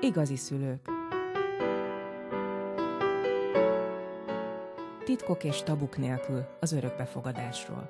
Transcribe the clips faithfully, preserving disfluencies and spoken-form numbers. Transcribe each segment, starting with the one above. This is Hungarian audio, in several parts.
Igazi szülők. Titkok és tabuk nélkül az örökbefogadásról.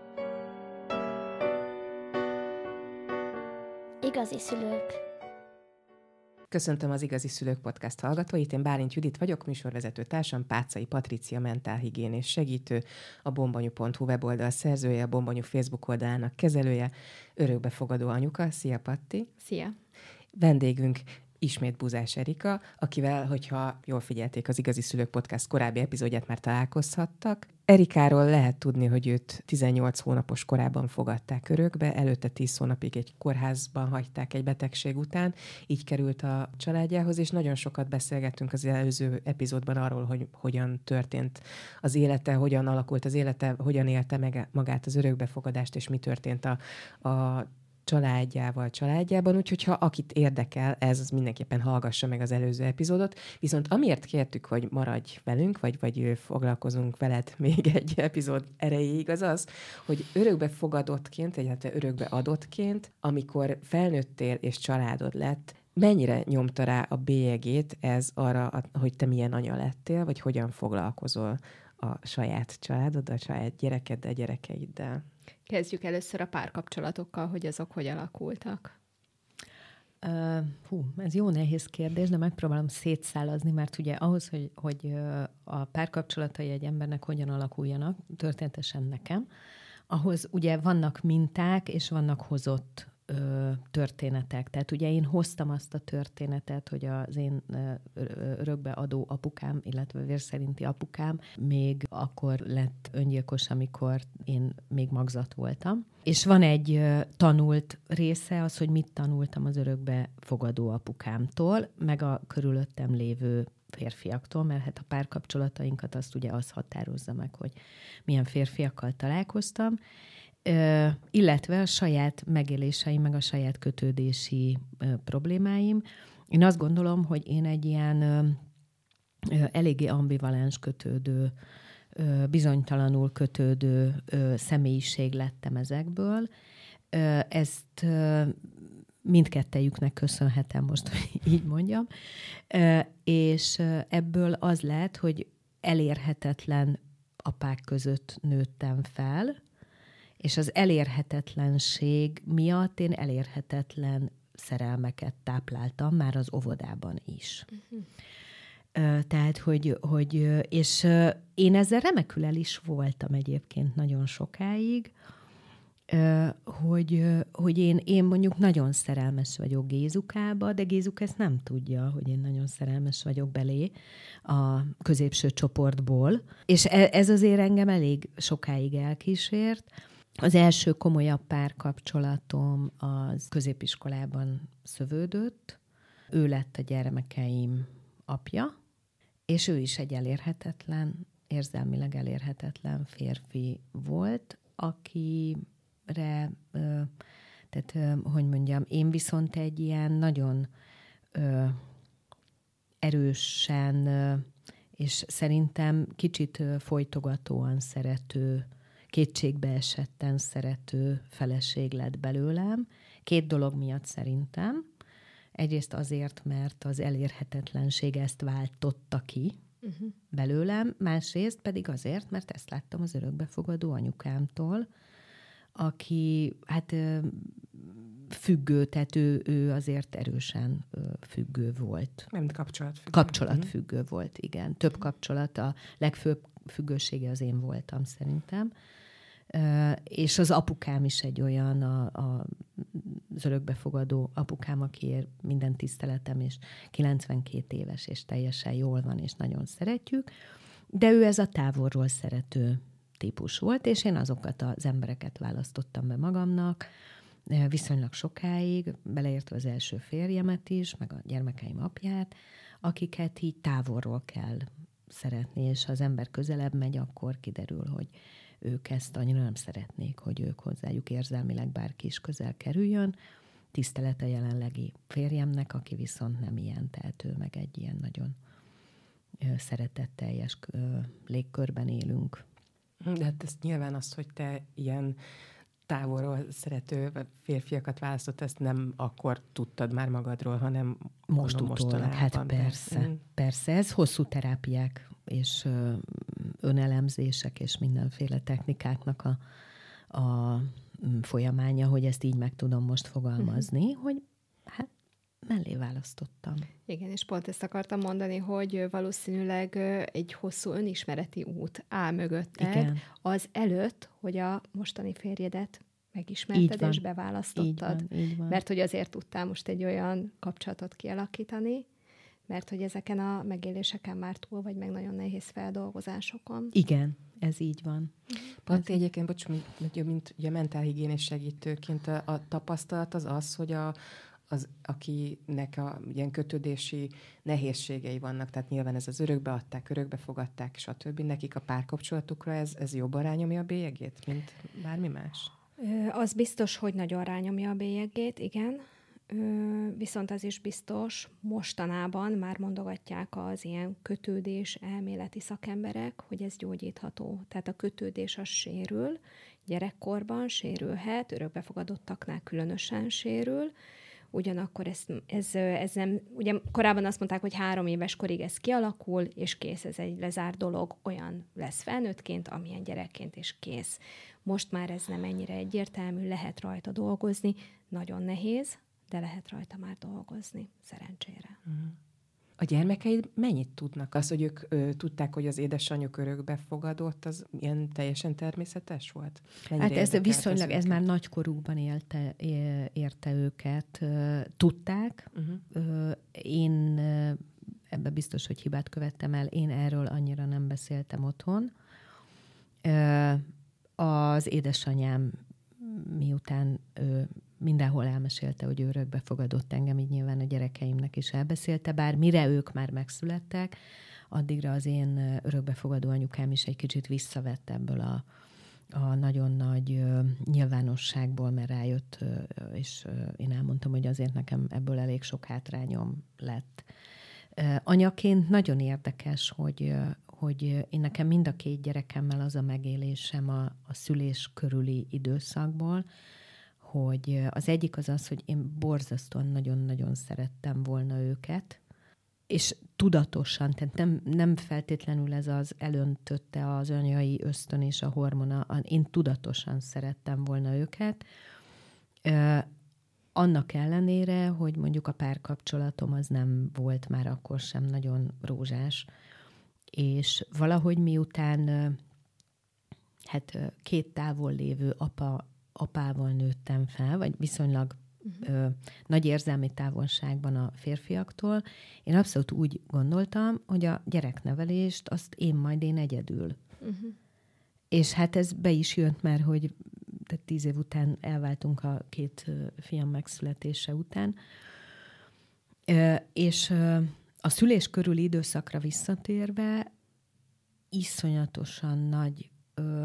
Igazi szülők. Köszöntöm az Igazi Szülők podcast hallgatóit, én Bálint Judit vagyok, műsorvezető társam Páczai Patricia mentálhigiénés segítő, a bombanyú pont hu weboldal szerzője, a Bombanyú Facebook oldalának kezelője, örökbefogadó anyuka. Szia, Patti! Szia! Vendégünk ismét Buzás Erika, akivel, hogyha jól figyelték az Igazi Szülők podcast korábbi epizódját, már találkozhattak. Erikáról lehet tudni, hogy őt tizennyolc hónapos korában fogadták örökbe, előtte tíz hónapig egy kórházban hagyták egy betegség után, így került a családjához, és nagyon sokat beszélgettünk az előző epizódban arról, hogy hogyan történt az élete, hogyan alakult az élete, hogyan élte meg magát az örökbefogadást, és mi történt a, a családjával, családjában, úgyhogy ha akit érdekel, ez az mindenképpen hallgassa meg az előző epizódot. Viszont amiért kértük, hogy maradj velünk, vagy, vagy foglalkozunk veled még egy epizód erejéig, az az, hogy örökbefogadottként, illetve örökbeadottként, amikor felnőttél és családod lett, mennyire nyomta rá a bélyegét ez arra, hogy te milyen anya lettél, vagy hogyan foglalkozol a saját családoddal, a saját gyerekeddel, gyerekeiddel? Kezdjük először a párkapcsolatokkal, hogy azok hogy alakultak. Uh, hú, ez jó nehéz kérdés, de megpróbálom szétszálazni, mert ugye ahhoz, hogy, hogy a párkapcsolatai egy embernek hogyan alakuljanak, történetesen nekem, ahhoz ugye vannak minták, és vannak hozott ö, történetek. Tehát ugye én hoztam azt a történetet, hogy az én örökbeadó apukám, illetve vérszerinti apukám még akkor lett öngyilkos, amikor én még magzat voltam. És van egy ö, tanult része, az, hogy mit tanultam az örökbefogadó apukámtól, meg a körülöttem lévő férfiaktól, mert hát a párkapcsolatainkat azt ugye az határozza meg, hogy milyen férfiakkal találkoztam, Ö, illetve a saját megéléseim, meg a saját kötődési ö, problémáim. Én azt gondolom, hogy én egy ilyen ö, ö, eléggé ambivalens kötődő, ö, bizonytalanul kötődő ö, személyiség lettem ezekből. Ö, ezt ö, mindkettejüknek köszönhetem most, hogy így mondjam. Ö, és ö, ebből az lett, hogy elérhetetlen apák között nőttem fel, és az elérhetetlenség miatt én elérhetetlen szerelmeket tápláltam már az óvodában is. Uh-huh. Tehát, hogy, hogy és én ezzel remekül el is voltam egyébként nagyon sokáig, hogy, hogy én, én mondjuk nagyon szerelmes vagyok Gézukába, de Gézuk ezt nem tudja, hogy én nagyon szerelmes vagyok belé a középső csoportból, és ez azért engem elég sokáig elkísért. Az első komolyabb párkapcsolatom az középiskolában szövődött. Ő lett a gyermekeim apja, és ő is egy elérhetetlen, érzelmileg elérhetetlen férfi volt, akire, tehát, hogy mondjam, én viszont egy ilyen nagyon erősen, és szerintem kicsit folytogatóan szerető, kétségbe esetten szerető feleség lett belőlem. Két dolog miatt szerintem. Egyrészt azért, mert az elérhetetlenség ezt váltotta ki uh-huh. belőlem, másrészt pedig azért, mert ezt láttam az örökbefogadó anyukámtól, aki hát függő, tehát ő, ő azért erősen függő volt. Nem kapcsolatfüggő. Kapcsolatfüggő uh-huh. volt, igen. Több kapcsolat, a legfőbb függősége az én voltam szerintem. Uh, és az apukám is egy olyan, a, a, az örökbefogadó apukám, akiért minden tiszteletem, és kilencvenkét éves, és teljesen jól van, és nagyon szeretjük, de ő ez a távolról szerető típus volt, és én azokat az embereket választottam be magamnak, viszonylag sokáig, beleértve az első férjemet is, meg a gyermekeim apját, akiket így távolról kell szeretni, és ha az ember közelebb megy, akkor kiderül, hogy ők ezt annyira nem szeretnék, hogy ők hozzájuk érzelmileg bárki is közel kerüljön. Tisztelet a jelenlegi férjemnek, aki viszont nem ilyen, tehát ő meg egy ilyen nagyon szeretetteljes légkörben élünk. De hát ez nyilván az, hogy te ilyen távolról szerető férfiakat választott, ezt nem akkor tudtad már magadról, hanem most utólag. Hát persze, persze. persze. Ez hosszú terápiák és ö, önelemzések és mindenféle technikáknak a, a folyamánya, hogy ezt így meg tudom most fogalmazni, uh-huh. hogy hát mellé választottam. Igen, és pont ezt akartam mondani, hogy valószínűleg egy hosszú önismereti út áll mögötted, Igen. az előtt, hogy a mostani férjedet megismerted és beválasztottad. Így van, így van. Mert hogy azért tudtál most egy olyan kapcsolatot kialakítani, mert hogy ezeken a megéléseken már túl vagy, meg nagyon nehéz feldolgozásokon. Igen, ez így van. Pont egyébként, bocs, mint, mint ugye mentálhigiénés segítőként a, a tapasztalat az az, hogy a az, akinek a ilyen kötődési nehézségei vannak, tehát nyilván ez az örökbe adták, örökbe fogadták, stb. Nekik a párkapcsolatukra ez, ez jobban rányomja a bélyegét, mint bármi más? Ö, az biztos, hogy nagyon rányomja a bélyegét, igen. Ö, viszont az is biztos, mostanában már mondogatják az ilyen kötődés elméleti szakemberek, hogy ez gyógyítható. Tehát a kötődés az sérül, gyerekkorban sérülhet, örökbefogadottaknál különösen sérül. Ugyanakkor ez, ez, ez nem, ugye korábban azt mondták, hogy három éves korig ez kialakul, és kész, ez egy lezárt dolog, olyan lesz felnőttként, amilyen gyerekként, és kész. Most már ez nem ennyire egyértelmű, lehet rajta dolgozni, nagyon nehéz, de lehet rajta már dolgozni, szerencsére. Uh-huh. A gyermekeid mennyit tudnak? Az, hogy ők ö, tudták, hogy az édesanyjuk örökbe fogadott, az ilyen teljesen természetes volt? Mennyire hát ez viszonylag, ez ez már nagykorúkban élte, érte őket. Tudták. Uh-huh. Én ebbe biztos, hogy hibát követtem el. Én erről annyira nem beszéltem otthon. Az édesanyám miután ő mindenhol elmesélte, hogy ő örökbe fogadott engem, így nyilván a gyerekeimnek is elbeszélte, bár mire ők már megszülettek, addigra az én örökbefogadó anyukám is egy kicsit visszavett ebből a, a nagyon nagy ö, nyilvánosságból, mert rájött, ö, és ö, én elmondtam, hogy azért nekem ebből elég sok hátrányom lett. Ö, anyaként nagyon érdekes, hogy, ö, hogy én nekem mind a két gyerekemmel az a megélésem a, a szülés körüli időszakból, hogy az egyik az az, hogy én borzasztóan nagyon-nagyon szerettem volna őket, és tudatosan, tehát nem, nem feltétlenül ez az elöntötte az anyai ösztön és a hormona, én tudatosan szerettem volna őket, annak ellenére, hogy mondjuk a párkapcsolatom az nem volt már akkor sem nagyon rózsás, és valahogy miután hát két távol lévő apa apával nőttem fel, vagy viszonylag uh-huh. ö, nagy érzelmi távolságban a férfiaktól, én abszolút úgy gondoltam, hogy a gyereknevelést azt én majd én egyedül. Uh-huh. És hát ez be is jött, mert hogy tehát tíz év után elváltunk a két fiam megszületése után. Ö, és ö, a szülés körüli időszakra visszatérve iszonyatosan nagy ö,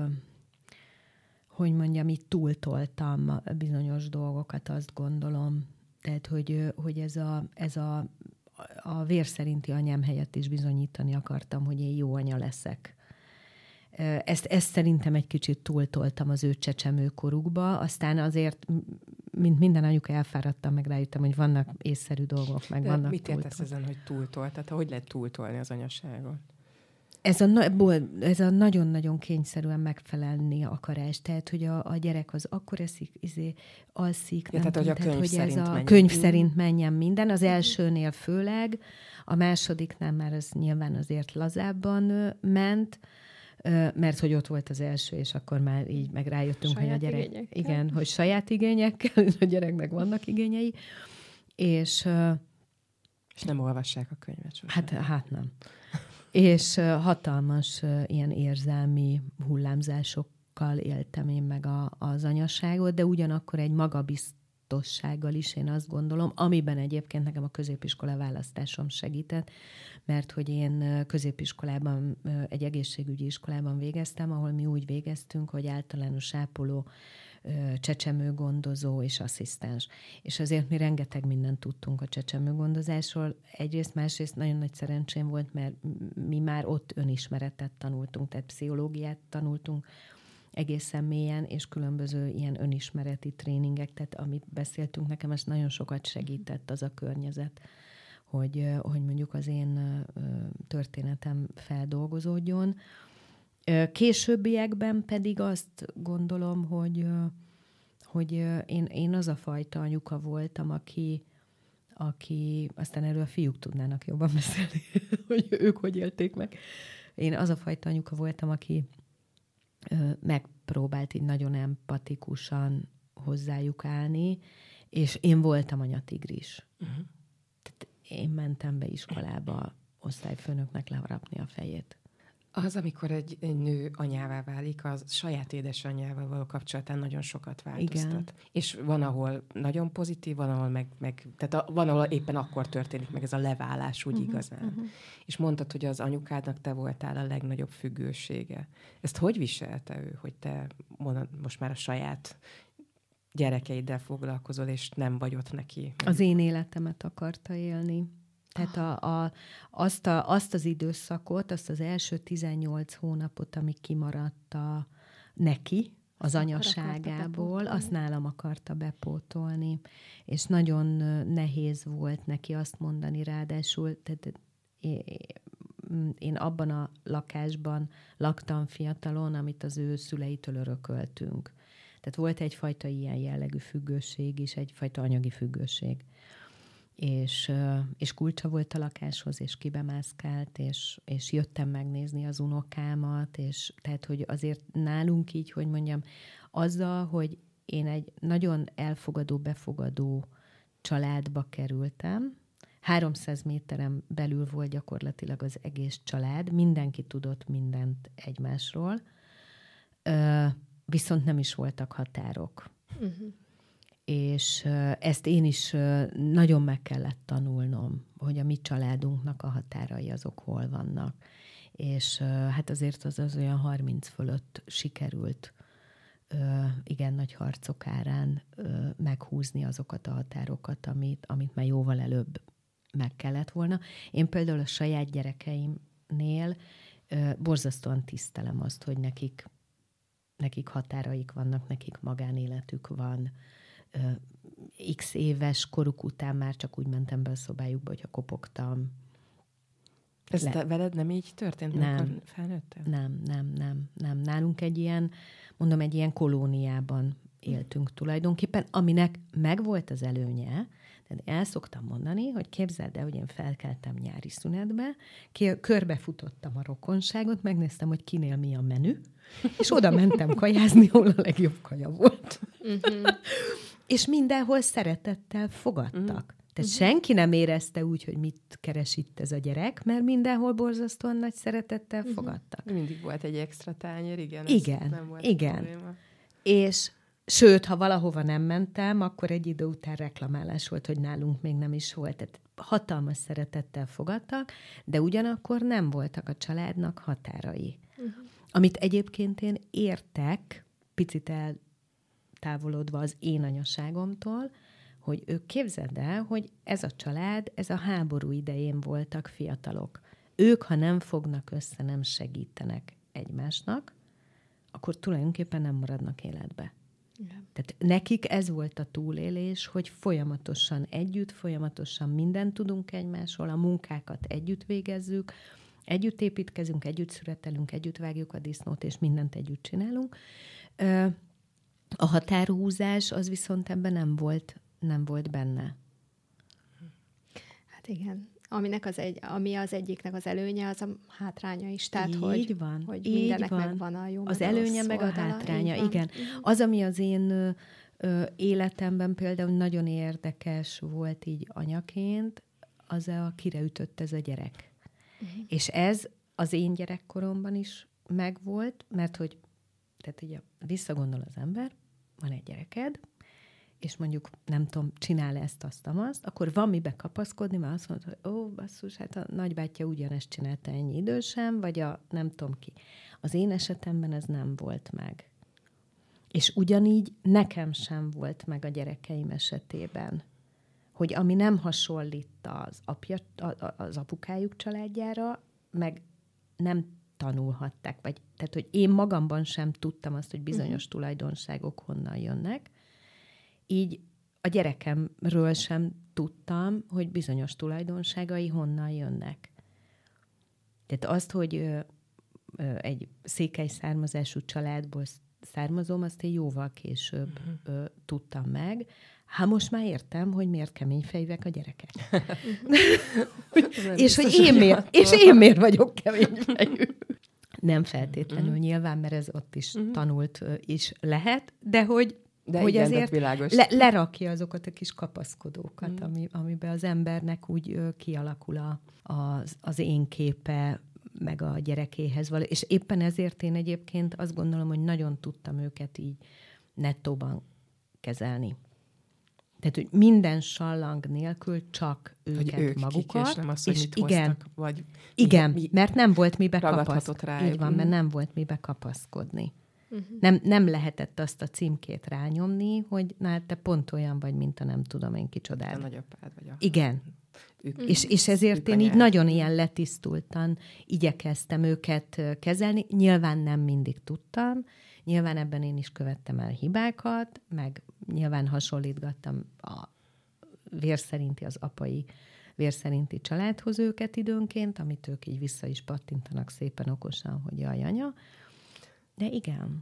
hogy mondjam, itt túltoltam bizonyos dolgokat, azt gondolom. Tehát, hogy, hogy ez, a, ez a, a vér szerinti anyám helyett is bizonyítani akartam, hogy én jó anya leszek. Ezt, ezt szerintem egy kicsit túltoltam az ő csecsemőkorukba, aztán azért, mint minden anyuka, elfáradtam, meg rájöttem, hogy vannak észszerű dolgok, meg de vannak mit túltol. értesz ezen, hogy túltolt? Tehát hogy lehet túltolni az anyaságot? Ez a, ez a nagyon-nagyon kényszerűen megfelelni akarás. Tehát, hogy a, a gyerek az akkor eszik, izé, alszik. Ja, nem tehát, hogy a könyv hogy szerint ez a menjen. könyv szerint menjen minden. Az elsőnél főleg, a másodiknál már az nyilván azért lazábban ment, mert hogy ott volt az első, és akkor már így meg rájöttünk, saját hogy a gyerek... Igényekkel. Igen, hogy saját igényekkel, a gyereknek vannak igényei, és... És nem olvassák a könyvet sosem. Hát, hát nem. És hatalmas ilyen érzelmi hullámzásokkal éltem én meg a, az anyaságot, de ugyanakkor egy magabiztossággal is, én azt gondolom, amiben egyébként nekem a középiskola választásom segített, mert hogy én középiskolában, egy egészségügyi iskolában végeztem, ahol mi úgy végeztünk, hogy általános ápoló, csecsemőgondozó és asszisztens. És azért mi rengeteg mindent tudtunk a csecsemőgondozásról. Egyrészt, másrészt nagyon nagy szerencsém volt, mert mi már ott önismeretet tanultunk, tehát pszichológiát tanultunk egészen mélyen, és különböző ilyen önismereti tréningek, tehát amit beszéltünk, nekem ez nagyon sokat segített az a környezet, hogy, hogy mondjuk az én történetem feldolgozódjon. Későbbiekben pedig azt gondolom, hogy, hogy én, én az a fajta anyuka voltam, aki, aki aztán erről a fiúk tudnának jobban beszélni, hogy ők hogy élték meg. Én az a fajta anyuka voltam, aki megpróbált így nagyon empatikusan hozzájuk állni, és én voltam anyatigris. Uh-huh. Tehát én mentem be iskolába osztályfőnöknek leharapni a fejét. Az, amikor egy, egy nő anyává válik, az saját édesanyjával való kapcsolatán nagyon sokat változtat. Igen. És van, ahol nagyon pozitív, van, ahol meg, meg tehát a, van, ahol éppen akkor történik meg ez a leválás úgy uh-huh, igazán. Uh-huh. És mondtad, hogy az anyukádnak te voltál a legnagyobb függősége. Ezt hogy viselte ő, hogy te most már a saját gyerekeiddel foglalkozol, és nem vagy ott neki? Az én életemet akarta élni. Tehát a, a, azt, a, azt az időszakot, azt az első tizennyolc hónapot, ami kimaradt a, neki, az anyaságából, azt nálam akarta bepótolni. És nagyon nehéz volt neki azt mondani, ráadásul, tehát én abban a lakásban laktam fiatalon, amit az ő szüleitől örököltünk. Tehát volt egyfajta ilyen jellegű függőség is, egyfajta anyagi függőség. És, és kulcsa volt a lakáshoz, és kibemászkált, és, és jöttem megnézni az unokámat, és tehát, hogy azért nálunk így, hogy mondjam, azzal, hogy én egy nagyon elfogadó, befogadó családba kerültem, háromszáz méteren belül volt gyakorlatilag az egész család, mindenki tudott mindent egymásról, viszont nem is voltak határok. Uh-huh. És ezt én is nagyon meg kellett tanulnom, hogy a mi családunknak a határai azok hol vannak. És hát azért az, az olyan harminc fölött sikerült igen nagy harcok árán meghúzni azokat a határokat, amit, amit már jóval előbb meg kellett volna. Én például a saját gyerekeimnél borzasztóan tisztelem azt, hogy nekik, nekik határaik vannak, nekik magánéletük van, X éves koruk után már csak úgy mentem be a szobájukba, hogyha kopogtam. Ez Le... veled nem így történt, nem, amikor felnőttél? Nem, nem, nem, nem. Nálunk egy ilyen, mondom, egy ilyen kolóniában éltünk tulajdonképpen, aminek megvolt az előnye, tehát el szoktam mondani, hogy képzeld el, hogy én felkeltem nyári szünetbe, körbefutottam a rokonságot, megnéztem, hogy kinél mi a menü, és oda mentem kajázni, ahol a legjobb kaja volt. Uh-huh. És mindenhol szeretettel fogadtak. Uh-huh. Tehát uh-huh. senki nem érezte úgy, hogy mit keres itt ez a gyerek, mert mindenhol borzasztóan nagy szeretettel uh-huh. fogadtak. Mindig volt egy extra tányér, igen. Igen, nem volt igen. És sőt, ha valahova nem mentem, akkor egy idő után reklamálás volt, hogy nálunk még nem is volt. Tehát hatalmas szeretettel fogadtak, de ugyanakkor nem voltak a családnak határai. Uh-huh. Amit egyébként én értek, picit eltávolodva az én anyaságomtól, hogy ők képzeld el, hogy ez a család, ez a háború idején voltak fiatalok. Ők, ha nem fognak össze, nem segítenek egymásnak, akkor tulajdonképpen nem maradnak életbe. Igen. Tehát nekik ez volt a túlélés, hogy folyamatosan együtt, folyamatosan mindent tudunk egymásról, a munkákat együtt végezzük, együtt építkezünk, együtt szüretelünk, együtt vágjuk a disznót, és mindent együtt csinálunk. A határhúzás az viszont ebben nem volt, nem volt benne. Hát igen. Aminek az egy, ami az egyiknek az előnye, az a hátránya is. Tehát, így hogy, van, hogy így mindennek van. megvan a jó, az meg előnye, a meg a hátránya, igen. Uh-huh. Az, ami az én ö, ö, életemben például nagyon érdekes volt így anyaként, az a kire ütött ez a gyerek. Uh-huh. És ez az én gyerekkoromban is megvolt, mert hogy tehát ugye visszagondol az ember, van egy gyereked, és mondjuk, nem tudom, csinál ezt, azt, azt, akkor van mibe kapaszkodni, mert azt mondod, hogy ó, basszus, hát a nagybátyja ugyanezt csinálta ennyi idősen, vagy a nem tudom ki. Az én esetemben ez nem volt meg. És ugyanígy nekem sem volt meg a gyerekeim esetében, hogy ami nem hasonlít az, apja, az apukájuk családjára, meg nem tanulhatták. Vagy, tehát, hogy én magamban sem tudtam azt, hogy bizonyos uh-huh. tulajdonságok honnan jönnek. Így a gyerekemről sem tudtam, hogy bizonyos tulajdonságai honnan jönnek. Tehát azt, hogy ö, ö, egy székely származású családból származom, azt én jóval később uh-huh. ö, tudtam meg. Hát most már értem, hogy miért kemény fejűek a gyerekek. és, hogy én miért, és én miért vagyok kemény fejű. Nem feltétlenül uh-huh. nyilván, mert ez ott is uh-huh. tanult uh, is lehet, de hogy, de hogy igen, ezért le, lerakja azokat a kis kapaszkodókat, uh-huh. ami, amiben az embernek úgy uh, kialakul a, az, az én képe, meg a gyerekéhez való. És éppen ezért én egyébként azt gondolom, hogy nagyon tudtam őket így nettóban kezelni. Tehát, hogy minden sallang nélkül csak őket, hogy ők magukat. Kik, és nem az, hogy és mit igen, hoztak, vagy igen, mi, mi mert nem volt mibe kapaszkodni. Így van, mert nem volt mibe kapaszkodni. Uh-huh. Nem, nem lehetett azt a címkét rányomni, hogy na, hát te pont olyan vagy, mint a nem tudom én kicsodád. A nagyapád vagy. A... Igen. Ők, és, és ezért én így nagyon ilyen letisztultan igyekeztem őket kezelni. Nyilván nem mindig tudtam. Nyilván ebben én is követtem el hibákat, meg nyilván hasonlítgattam a vérszerinti, az apai vérszerinti családhoz őket időnként, amit ők így vissza is pattintanak szépen okosan, hogy jaj, anya. De igen.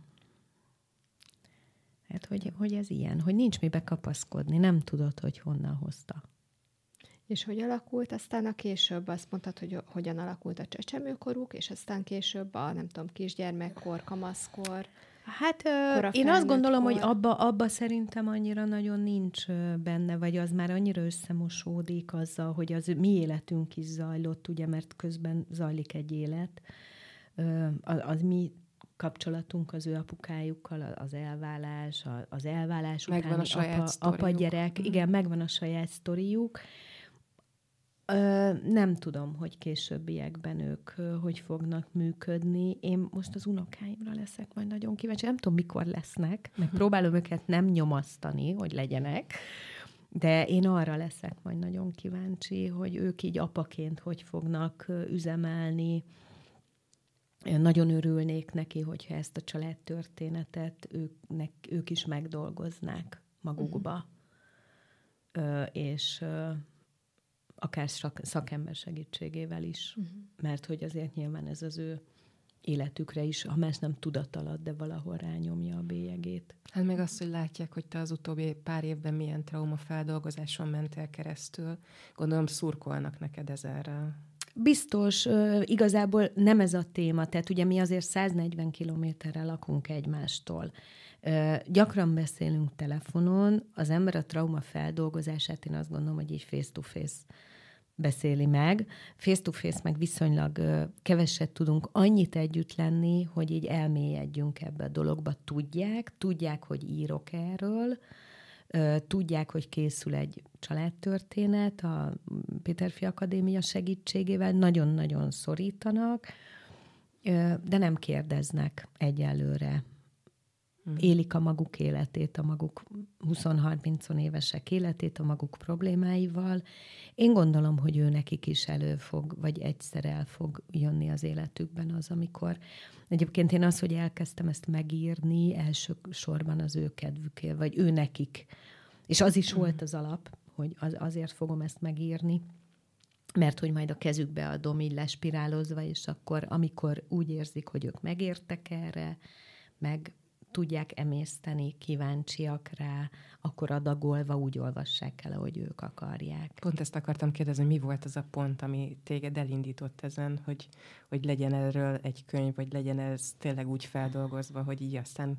Hát, hogy, hogy ez ilyen, hogy nincs mibe kapaszkodni, nem tudod, hogy honnan hozta. És hogy alakult aztán a később, azt mondtad, hogy hogyan alakult a csecsemőkoruk, és aztán később a, nem tudom, kisgyermekkor, kamaszkor. Hát én azt gondolom, kor. hogy abba, abba szerintem annyira nagyon nincs benne, vagy az már annyira összemosódik azzal, hogy az mi életünk is zajlott, ugye, mert közben zajlik egy élet. Az, az mi kapcsolatunk az ő apukájukkal, az elválás, az elválás megvan utáni a saját apa, apa-gyerek. Mm. Igen, megvan a saját sztoriuk. Ö, nem tudom, hogy későbbiekben ők ö, hogy fognak működni. Én most az unokáimra leszek majd nagyon kíváncsi. Nem tudom, mikor lesznek, meg próbálom őket nem nyomasztani, hogy legyenek, de én arra leszek majd nagyon kíváncsi, hogy ők így apaként hogy fognak ö, üzemelni. Én nagyon örülnék neki, hogyha ezt a családtörténetet ők, ők is megdolgoznák magukba. Uh-huh. Ö, és... Ö, akár szakember segítségével is, uh-huh. mert hogy azért nyilván ez az ő életükre is, ha más nem tudat alatt, de valahol rányomja a bélyegét. Hát meg azt, hogy látják, hogy te az utóbbi pár évben milyen traumafeldolgozáson mentél keresztül. Gondolom szurkolnak neked ezerrel. Biztos, igazából nem ez a téma, tehát ugye mi azért száznegyven kilométerre lakunk egymástól. Gyakran beszélünk telefonon, az ember a trauma feldolgozását én azt gondolom, hogy így face-to-face beszéli meg. Face-to-face meg viszonylag keveset tudunk annyit együtt lenni, hogy így elmélyedjünk ebbe a dologba. Tudják, tudják, hogy írok erről, tudják, hogy készül egy családtörténet a Péterfi Akadémia segítségével, nagyon-nagyon szorítanak, de nem kérdeznek egyelőre. Hmm. Élik a maguk életét, a maguk húsz-harminc évesek életét, a maguk problémáival. Én gondolom, hogy ő nekik is elő fog, vagy egyszer el fog jönni az életükben az, amikor... Egyébként én az, hogy elkezdtem ezt megírni, elsősorban az ő kedvükért, vagy ő nekik. És az is hmm. volt az alap, hogy az, azért fogom ezt megírni, mert hogy majd a kezükbe adom így lespirálozva, és akkor, amikor úgy érzik, hogy ők megértek erre, meg tudják emészteni, kíváncsiak rá, akkor adagolva úgy olvassák el, ahogy ők akarják. Pont ezt akartam kérdezni, mi volt az a pont, ami téged elindított ezen, hogy, hogy legyen erről egy könyv, vagy legyen ez tényleg úgy feldolgozva, hogy így aztán,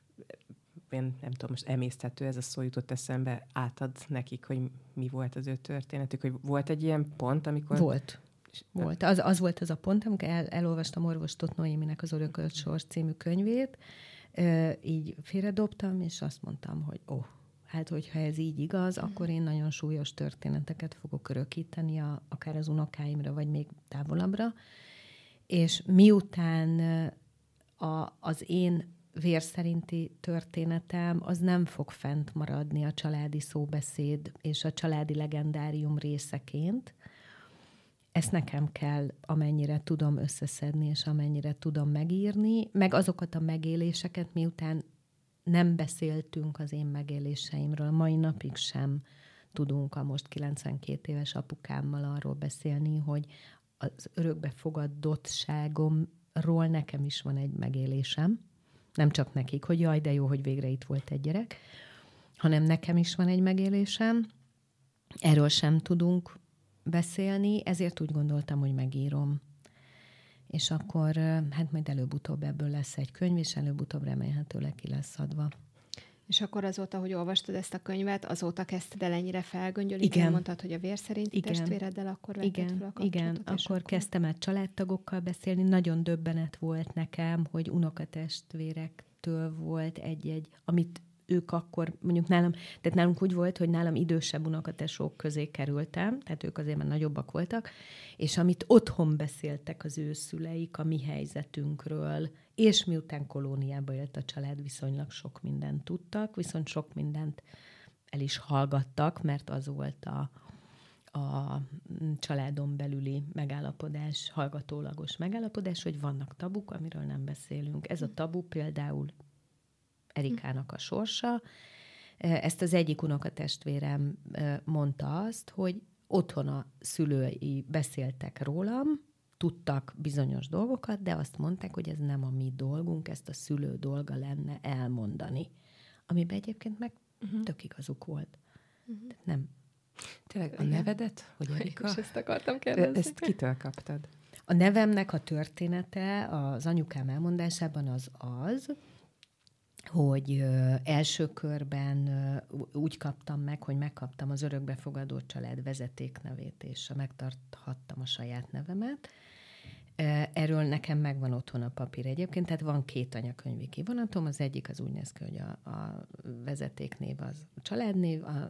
én nem tudom, most emészthető ez a szó jutott eszembe, átad nekik, hogy mi volt az ő történetük, hogy volt egy ilyen pont, amikor... Volt. Volt. Az, az volt az a pont, amikor el, elolvastam Orvos Tóth Noéminek az Örökölt Sors című könyvét, így félredobtam, és azt mondtam, hogy ó, oh, hát hogyha ez így igaz, mm. akkor én nagyon súlyos történeteket fogok örökíteni, a, akár az unokáimra, vagy még távolabbra. És miután a, az én vérszerinti történetem, az nem fog fent maradni a családi szóbeszéd és a családi legendárium részeként, ezt nekem kell, amennyire tudom összeszedni, és amennyire tudom megírni, meg azokat a megéléseket, miután nem beszéltünk az én megéléseimről, mai napig sem tudunk a most kilencvenkét éves apukámmal arról beszélni, hogy az örökbefogadottságomról nekem is van egy megélésem. Nem csak nekik, hogy jaj, de jó, hogy végre itt volt egy gyerek, hanem nekem is van egy megélésem. Erről sem tudunk beszélni, ezért úgy gondoltam, hogy megírom. És akkor hát majd előbb-utóbb ebből lesz egy könyv, és előbb-utóbb remélhetőleg ki lesz adva. És akkor azóta, hogy olvastad ezt a könyvet, azóta kezdted el ennyire felgöngyölíteni, mondtad, hogy a vér szerinti igen. testvéreddel akkor vetted igen. fel a kapcsolatot. Igen, akkor, akkor kezdtem el családtagokkal beszélni, nagyon döbbenet volt nekem, hogy unokatestvérektől volt egy-egy, amit ők akkor, mondjuk nálam, tehát nálunk úgy volt, hogy nálam idősebb unokatesók közé kerültem, tehát ők azért már nagyobbak voltak, és amit otthon beszéltek az ő szüleik a mi helyzetünkről, és miután kolóniába élt a család, viszonylag sok mindent tudtak, viszont sok mindent el is hallgattak, mert az volt a, a családon belüli megállapodás, hallgatólagos megállapodás, hogy vannak tabuk, amiről nem beszélünk. Ez a tabu például Erikának a sorsa. Ezt az egyik unokatestvérem mondta azt, hogy otthon a szülői beszéltek rólam, tudtak bizonyos dolgokat, de azt mondták, hogy ez nem a mi dolgunk, ezt a szülő dolga lenne elmondani. Amiben egyébként meg uh-huh. tök igazuk volt. Uh-huh. Nem. Tényleg a nevedet, hogy Erika? És ezt akartam kérdezni. Ezt kitől kaptad? A nevemnek a története az anyukám elmondásában az az, hogy ö, első körben ö, úgy kaptam meg, hogy megkaptam az örökbefogadó család vezetéknevét, és megtarthattam a saját nevemet. Erről nekem megvan otthon a papír egyébként, tehát van két anyakönyvi kivonatom, az egyik az úgy néz ki, hogy a, a vezetéknév az a családnév, a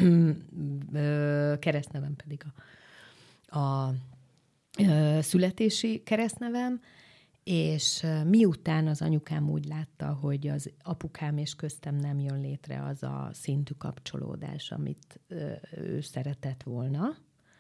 keresztnevem pedig a, a, a születési keresztnevem, és miután az anyukám úgy látta, hogy az apukám és köztem nem jön létre az a szintű kapcsolódás, amit ő szeretett volna,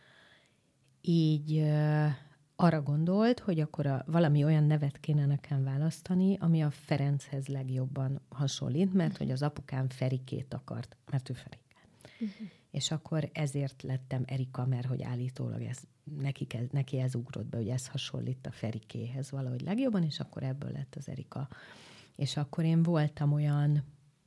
így arra gondolt, hogy akkor a, valami olyan nevet kéne nekem választani, ami a Ferenchez legjobban hasonlít, mert uh-huh. hogy az apukám Ferikét akart, mert ő Ferike. Uh-huh. És akkor ezért lettem Erika, mert hogy állítólag ez, neki, neki ez ugrott be, hogy ez hasonlít a Ferikéhez valahogy legjobban, és akkor ebből lett az Erika. És akkor én voltam olyan,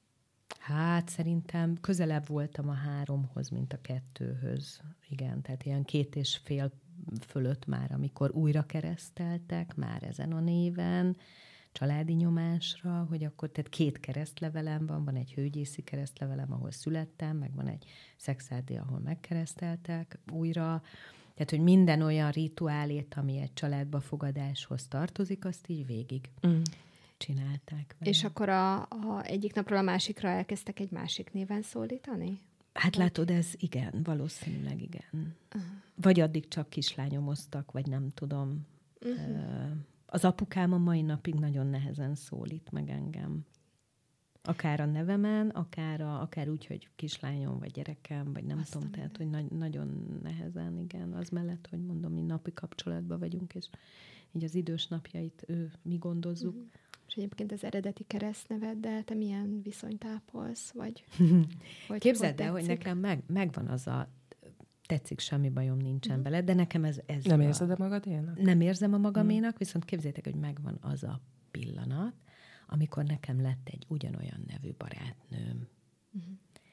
hát szerintem közelebb voltam a háromhoz, mint a kettőhöz. Igen, tehát ilyen két és fél fölött már, amikor újra kereszteltek, már ezen a néven, családi nyomásra, hogy akkor, tehát két keresztlevelem van, van egy hőgyészi keresztlevelem, ahol születtem, meg van egy szexádi, ahol megkereszteltek újra. Tehát, hogy minden olyan rituálét, ami egy családba fogadáshoz tartozik, azt így végig mm. csinálták. Vele. És akkor a, a egyik napról a másikra elkezdtek egy másik néven szólítani? Hát vagy? Látod, ez igen, valószínűleg igen. Uh-huh. Vagy addig csak kislányomoztak, vagy nem tudom. Uh-huh. Az apukám a mai napig nagyon nehezen szólít meg engem. Akár a nevemen, akár, a, akár úgy, hogy kislányom, vagy gyerekem, vagy nem Azt tudom, tehát, hogy na- nagyon nehezen, igen. Az mellett, hogy mondom, mi napi kapcsolatban vagyunk, és így az idős napjait ő, mi gondozzuk. Uh-huh. És egyébként az eredeti keresztneved, de te milyen viszonyt ápolsz? Vagy, hogy képzeld el, hogy nekem meg, megvan az a tetszik, semmi bajom nincsen uh-huh. vele, de nekem ez... ez nem a, érzed a magadénak? Nem érzem a magaménak, uh-huh. viszont képzeljétek, hogy megvan az a pillanat, amikor nekem lett egy ugyanolyan nevű barátnőm. Uh-huh.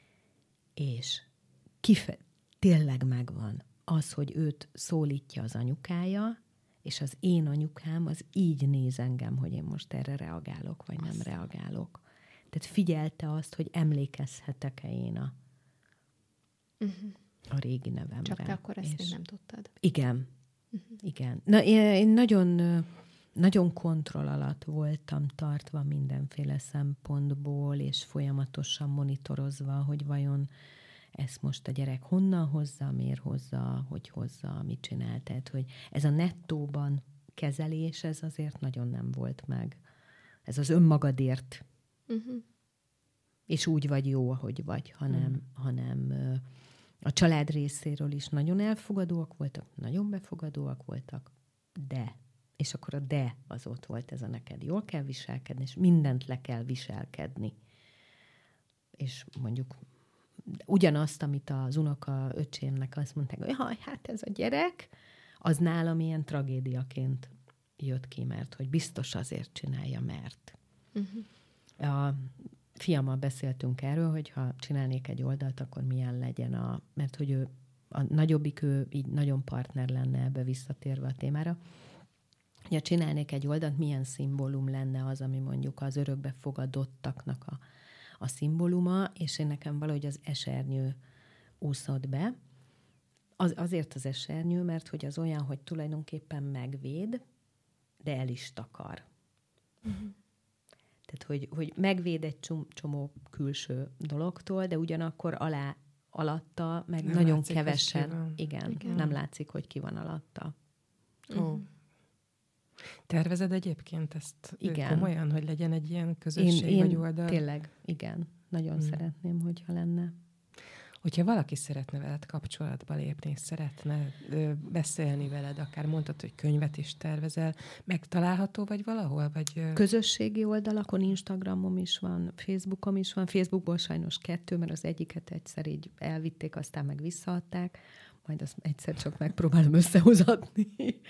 És kife- tényleg megvan az, hogy őt szólítja az anyukája, és az én anyukám az így néz engem, hogy én most erre reagálok, vagy nem reagálok. Tehát figyelte azt, hogy emlékezhetek-e én a, uh-huh. a régi nevemre. Csak te akkor ezt még nem tudtad. Igen. Uh-huh. Igen. Na, én, én nagyon, nagyon kontroll alatt voltam tartva mindenféle szempontból, és folyamatosan monitorozva, hogy vajon ezt most a gyerek honnan hozza, miért hozza, hogy hozza, mit csinál. Tehát, hogy ez a nettóban kezelés, ez azért nagyon nem volt meg. Ez az önmagadért. Uh-huh. És úgy vagy jó, ahogy vagy, hanem, uh-huh. hanem A család részéről is nagyon elfogadóak voltak, nagyon befogadóak voltak, de, és akkor a de az ott volt, ez a neked jól kell viselkedni, és mindent le kell viselkedni. És mondjuk ugyanazt, amit az unoka öcsémnek azt mondták, hogy jaj, hát ez a gyerek, az nálam ilyen tragédiaként jött ki, mert hogy biztos azért csinálja, mert. Uh-huh. A fiammal beszéltünk erről, hogy ha csinálnék egy oldalt, akkor milyen legyen a... Mert hogy ő, a nagyobbik, ő így nagyon partner lenne ebbe visszatérve a témára. Ha csinálnék egy oldalt, milyen szimbólum lenne az, ami mondjuk az örökbefogadottaknak a, a szimbóluma, és én nekem valahogy az esernyő úszott be. Az, azért az esernyő, mert hogy az olyan, hogy tulajdonképpen megvéd, de el is takar. Uh-huh. Tehát, hogy, hogy megvéd egy csomó, csomó külső dologtól, de ugyanakkor alá, alatta meg nem nagyon látszik, kevesen. Igen, igen, nem látszik, hogy ki van alatta. Oh. Tervezed egyébként ezt igen. komolyan, hogy legyen egy ilyen közösség én, vagy én oldal? Tényleg, igen. Nagyon hmm. szeretném, hogyha lenne. Hogyha valaki szeretne veled kapcsolatba lépni, szeretne ö, beszélni veled, akár mondtad, hogy könyvet is tervezel, megtalálható vagy valahol? Vagy, ö... Közösségi oldalakon, Instagramom is van, Facebookom is van. Facebookból sajnos kettő, mert az egyiket egyszer így elvitték, aztán meg visszaadták. Majd azt egyszer csak megpróbálom összehozatni.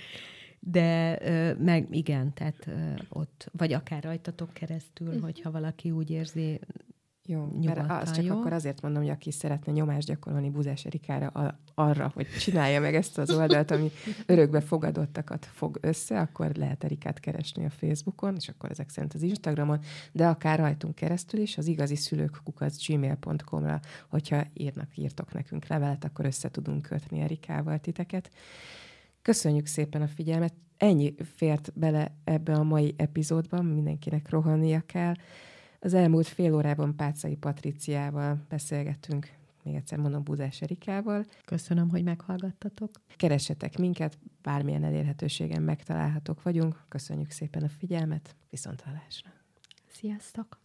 De ö, meg igen, tehát ö, ott, vagy akár rajtatok keresztül, hogyha valaki úgy érzi, jó, mert az csak jó. Akkor azért mondom, hogy aki szeretne nyomást gyakorolni Búzás Erikára a, arra, hogy csinálja meg ezt az oldalt, ami örökbe fogadottakat fog össze, akkor lehet Erikát keresni a Facebookon, és akkor ezek szerint az Instagramon, de akár rajtunk keresztül is, az igazi szülők kukac gmail pont com-ra, hogyha írnak, írtok nekünk levelet, akkor össze tudunk kötni Erikával titeket. Köszönjük szépen a figyelmet. Ennyi fért bele ebbe a mai epizódban, mindenkinek rohannia kell. Az elmúlt fél órában Páczai Patriciával beszélgettünk, még egyszer mondom, Búzás Erikával. Köszönöm, hogy meghallgattatok. Keressetek minket, bármilyen elérhetőségen megtalálhatók vagyunk. Köszönjük szépen a figyelmet, viszonthallásra. Sziasztok!